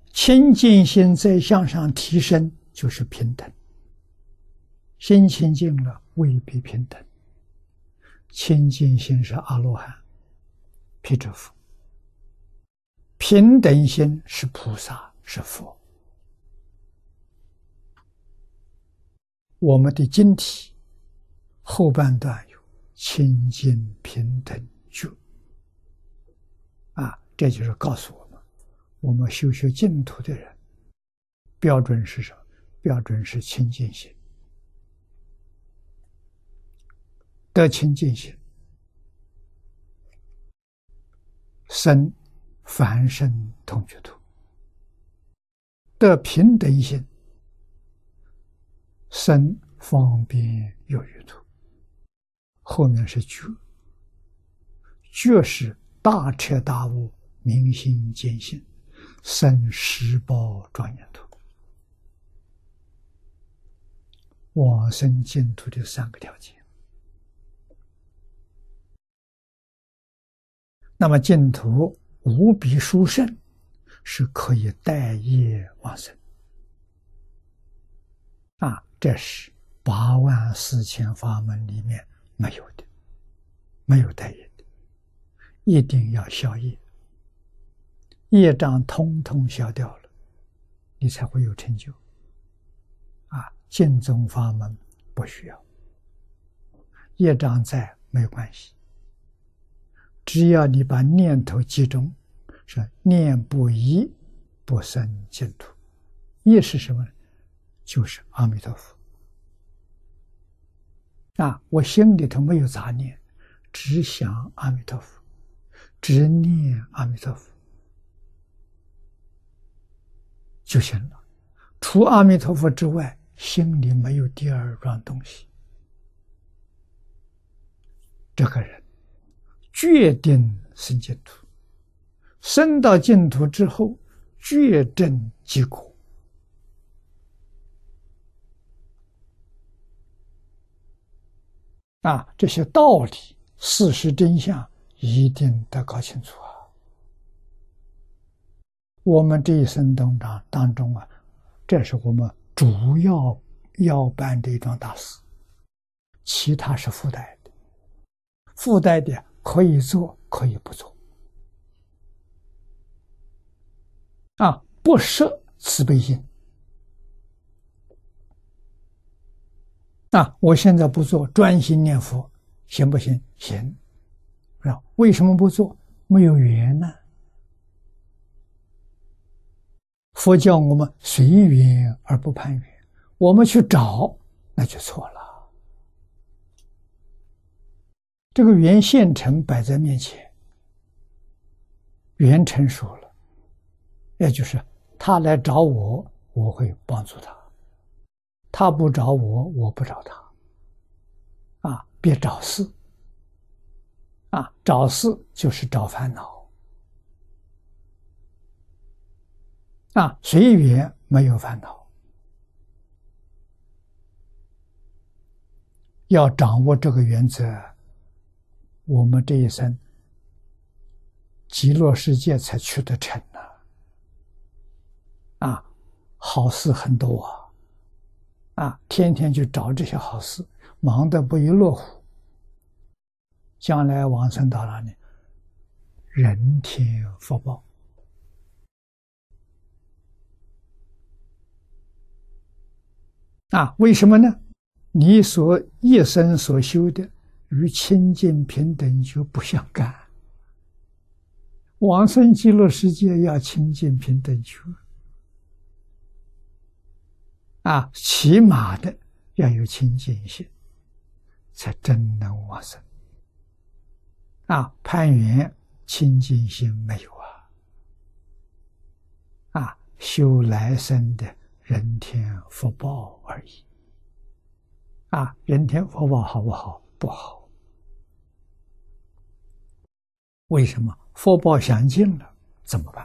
清净心再向上提升，就是平等。心清净了，未必平等。清净心是阿罗汉、辟支佛，平等心是菩萨，是佛。我们的经题后半段有清净平等觉，这就是告诉我们修学净土的人，标准是什么？标准是清净心。得清净心，生凡圣同居土；得平等心，生方便有余土。后面是觉，觉是大彻大悟、明心见性，生十宝庄严土。往生净土的3个条件。那么净土无比殊胜，是可以带业往生。这是84000法门里面没有的，没有带业的，一定要消业，业障通通消掉了，你才会有成就。净宗法门不需要，业障在没有关系，只要你把念头集中，是念不移，不生净土。业是什么呢？就是阿弥陀佛。我心里头没有杂念，只想阿弥陀佛，只念阿弥陀佛就行了。除阿弥陀佛之外，心里没有第二样东西。这个人决定生净土，生到净土之后，决证结果。这些道理、事实真相一定得搞清楚。我们这一生当中这是我们主要办的一桩大事，其他是附带的，附带的可以做，可以不做。不设慈悲心。我现在不做，专心念佛，行不行？行。为什么不做？没有缘呢。佛教我们随缘而不攀缘，我们去找，那就错了。这个缘现成摆在面前，缘成熟了，也就是他来找我，我会帮助他；他不找我，我不找他。别找事。找事就是找烦恼。随缘没有烦恼。要掌握这个原则，我们这一生极乐世界才去得成好事很多天天去找这些好事，忙得不亦乐乎。将来往生到哪里？人天福报。为什么呢？你一生所修的与清净平等就不相干。往生极乐世界要清净平等觉。起码的要有清净心，才真能往生。攀缘清净心没有修来生的人天福报而已。人天福报好不好？不好。为什么？福报享尽了怎么办？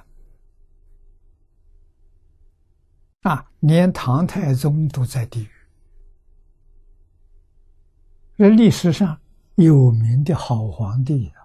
连唐太宗都在地狱。这历史上有名的好皇帝